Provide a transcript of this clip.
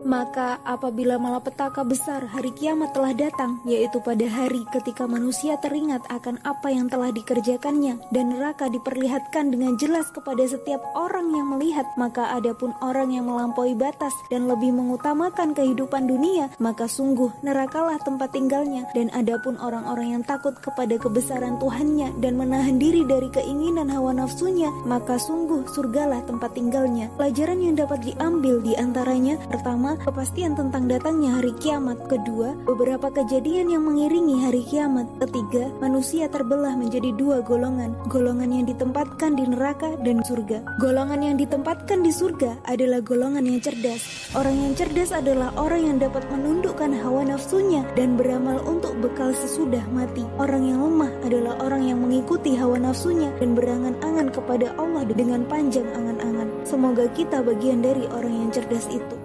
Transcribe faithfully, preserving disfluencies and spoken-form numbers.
Maka apabila malapetaka besar hari kiamat telah datang, yaitu pada hari ketika manusia teringat akan apa yang telah dikerjakannya, dan neraka diperlihatkan dengan jelas kepada setiap orang yang melihat, maka adapun orang yang melampaui batas dan lebih mengutamakan kehidupan dunia, maka sungguh nerakalah tempat tinggalnya. Dan adapun orang-orang yang takut kepada kebesaran Tuhannya dan menahan diri dari keinginan hawa nafsunya, maka sungguh surgalah tempat tinggalnya. Pelajaran yang dapat diambil di antaranya: pertama, kepastian tentang datangnya hari kiamat. Kedua, beberapa kejadian yang mengiringi hari kiamat. Ketiga, manusia terbelah menjadi dua golongan, golongan yang ditempatkan di neraka dan surga. Golongan yang ditempatkan di surga adalah golongan yang cerdas. Orang yang cerdas adalah orang yang dapat menundukkan hawa nafsunya dan beramal untuk bekal sesudah mati. Orang yang lemah adalah orang yang mengikuti hawa nafsunya dan berangan-angan kepada Allah dengan panjang angan-angan. Semoga kita bagian dari orang yang cerdas itu.